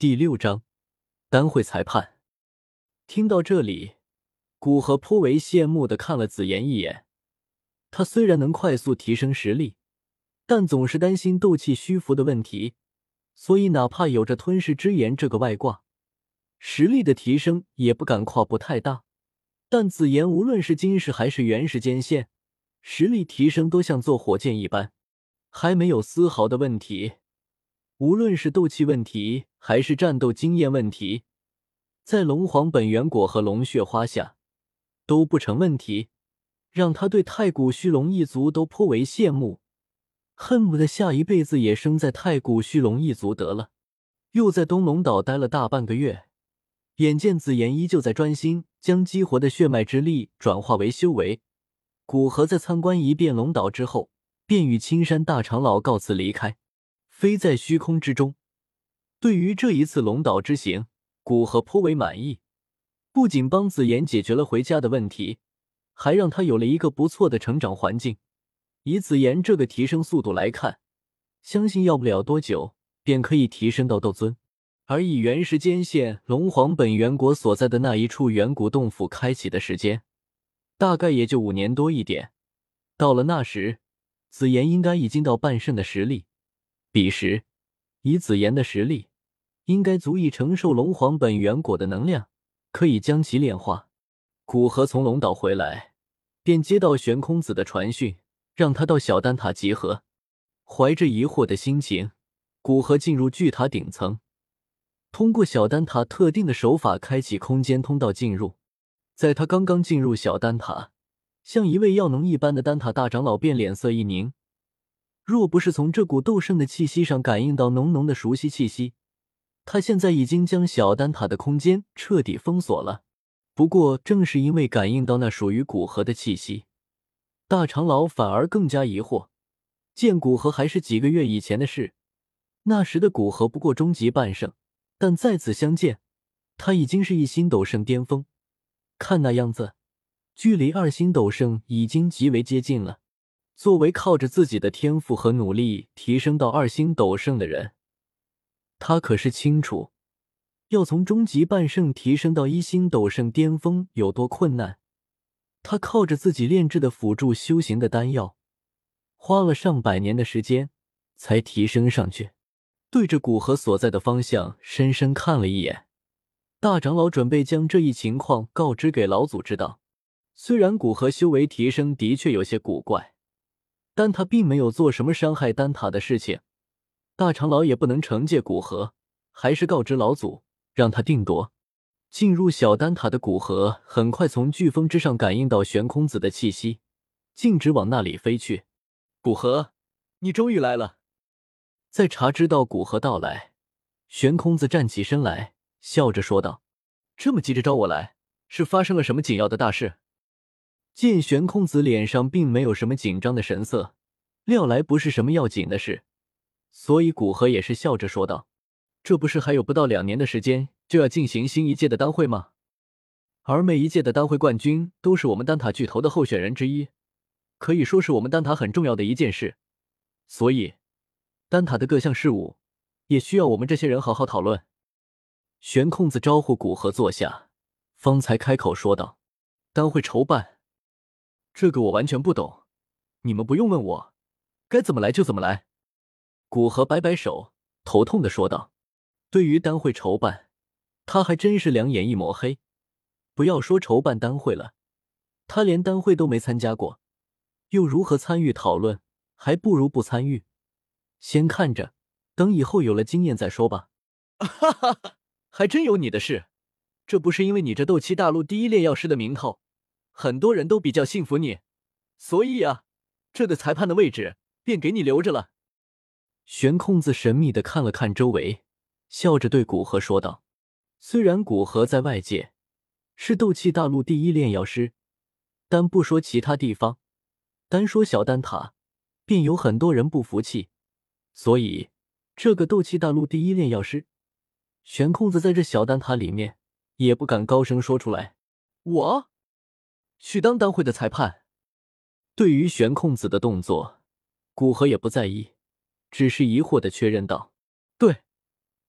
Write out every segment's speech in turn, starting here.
第6章单会裁判。听到这里，古河颇为羡慕地看了紫妍一眼。他虽然能快速提升实力，但总是担心斗气虚浮的问题，所以哪怕有着吞噬之炎这个外挂，实力的提升也不敢跨步太大。但紫妍无论是今世还是元时间线，实力提升都像坐火箭一般，还没有丝毫的问题。无论是斗气问题还是战斗经验问题，在龙皇本源果和龙血花下都不成问题，让他对太古虚龙一族都颇为羡慕，恨不得下一辈子也生在太古虚龙一族得了。又在东龙岛待了大半个月，眼见紫妍依旧在专心将激活的血脉之力转化为修为，古河在参观一遍龙岛之后，便与青山大长老告辞离开，飞在虚空之中。对于这一次龙岛之行，古河颇为满意，不仅帮紫妍解决了回家的问题，还让他有了一个不错的成长环境。以紫妍这个提升速度来看，相信要不了多久便可以提升到斗尊。而以元时间线龙皇本源国所在的那一处远古洞府开启的时间，大概也就5年多一点。到了那时，紫妍应该已经到半圣的实力，彼时以紫妍的实力，应该足以承受龙皇本源果的能量，可以将其炼化。古河从龙岛回来，便接到玄空子的传讯，让他到小丹塔集合。怀着疑惑的心情，古河进入巨塔顶层，通过小丹塔特定的手法开启空间通道进入。在他刚刚进入小丹塔，像一位药农一般的丹塔大长老便脸色一凝，若不是从这股斗圣的气息上感应到浓浓的熟悉气息，他现在已经将小丹塔的空间彻底封锁了。不过正是因为感应到那属于古河的气息，大长老反而更加疑惑。见古河还是几个月以前的事，那时的古河不过中级半圣，但再次相见，他已经是1星斗圣巅峰。看那样子，距离2星斗圣已经极为接近了。作为靠着自己的天赋和努力提升到2星斗圣的人，他可是清楚要从中级半圣提升到1星斗圣巅峰有多困难。他靠着自己炼制的辅助修行的丹药，花了上百年的时间才提升上去。对着古河所在的方向深深看了一眼，大长老准备将这一情况告知给老祖知道。虽然古河修为提升的确有些古怪，但他并没有做什么伤害丹塔的事情，大长老也不能惩戒古河，还是告知老祖让他定夺。进入小丹塔的古河很快从飓风之上感应到玄空子的气息，径直往那里飞去。古河，你终于来了。在察知到古河到来，玄空子站起身来，笑着说道：这么急着招我来，是发生了什么紧要的大事？见玄空子脸上并没有什么紧张的神色，料来不是什么要紧的事，所以古河也是笑着说道：这不是还有不到2年的时间就要进行新一届的丹会吗？而每一届的丹会冠军都是我们丹塔巨头的候选人之一，可以说是我们丹塔很重要的一件事，所以丹塔的各项事务也需要我们这些人好好讨论。玄空子招呼古河坐下，方才开口说道：丹会筹办，这个我完全不懂，你们不用问我，该怎么来就怎么来。古河摆摆手，头痛地说道。对于丹会筹办，他还真是两眼一抹黑。不要说筹办丹会了，他连丹会都没参加过，又如何参与讨论，还不如不参与。先看着，等以后有了经验再说吧。哈哈哈，还真有你的事，这不是因为你这斗气大陆第一炼药师的名头，很多人都比较信服你，所以啊，这个裁判的位置便给你留着了。玄空子神秘地看了看周围，笑着对古河说道。虽然古河在外界是斗气大陆第一炼药师，但不说其他地方，单说小丹塔，便有很多人不服气，所以这个斗气大陆第一炼药师，玄空子在这小丹塔里面也不敢高声说出来。我去当丹会的裁判。对于玄空子的动作，古河也不在意，只是疑惑地确认道：对，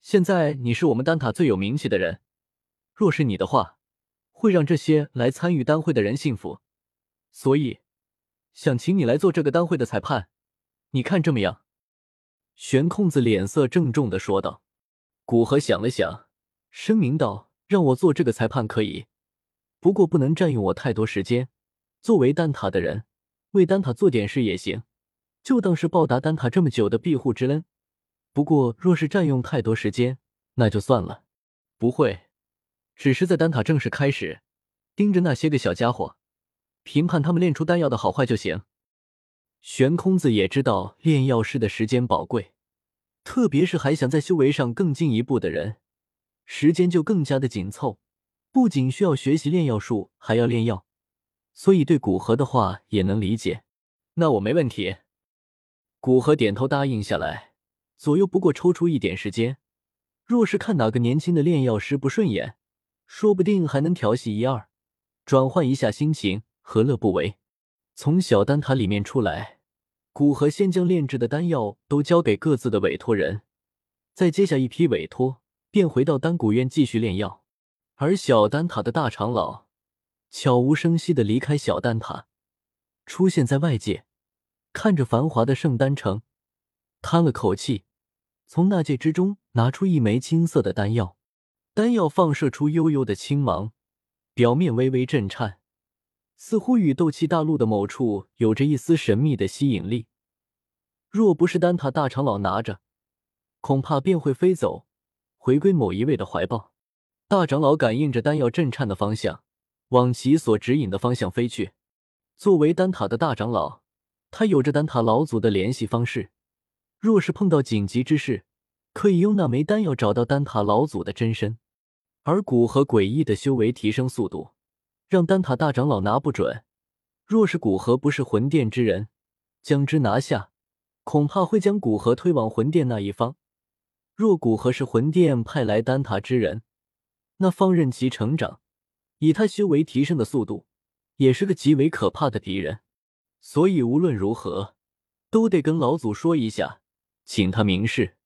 现在你是我们丹塔最有名气的人，若是你的话，会让这些来参与丹会的人信服，所以想请你来做这个丹会的裁判，你看这么样？”玄空子脸色郑重地说道。古河想了想，声明道：“让我做这个裁判可以，不过不能占用我太多时间。作为丹塔的人，为丹塔做点事也行，就当是报答丹塔这么久的庇护之恩。不过若是占用太多时间，那就算了。不会，只是在丹塔正式开始，盯着那些个小家伙，评判他们炼出丹药的好坏就行。”玄空子也知道炼药师的时间宝贵，特别是还想在修为上更进一步的人，时间就更加的紧凑，不仅需要学习炼药术，还要炼药，所以对古河的话也能理解。那我没问题。古河点头答应下来，左右不过抽出一点时间，若是看哪个年轻的炼药师不顺眼，说不定还能调戏一二，转换一下心情，何乐不为。从小丹塔里面出来，古河先将炼制的丹药都交给各自的委托人，再接下一批委托，便回到丹谷院继续炼药。而小丹塔的大长老悄无声息地离开小丹塔，出现在外界，看着繁华的圣丹城，叹了口气，从纳戒之中拿出一枚青色的丹药，丹药放射出幽幽的青芒，表面微微震颤，似乎与斗气大陆的某处有着一丝神秘的吸引力。若不是丹塔大长老拿着，恐怕便会飞走，回归某一位的怀抱。大长老感应着丹药震颤的方向，往其所指引的方向飞去。作为丹塔的大长老，他有着丹塔老祖的联系方式，若是碰到紧急之事，可以用那枚丹药找到丹塔老祖的真身。而古河诡异的修为提升速度，让丹塔大长老拿不准。若是古河不是魂殿之人，将之拿下，恐怕会将古河推往魂殿那一方。若古河是魂殿派来丹塔之人，那放任其成长，以他修为提升的速度，也是个极为可怕的敌人。所以无论如何，都得跟老祖说一下，请他明示。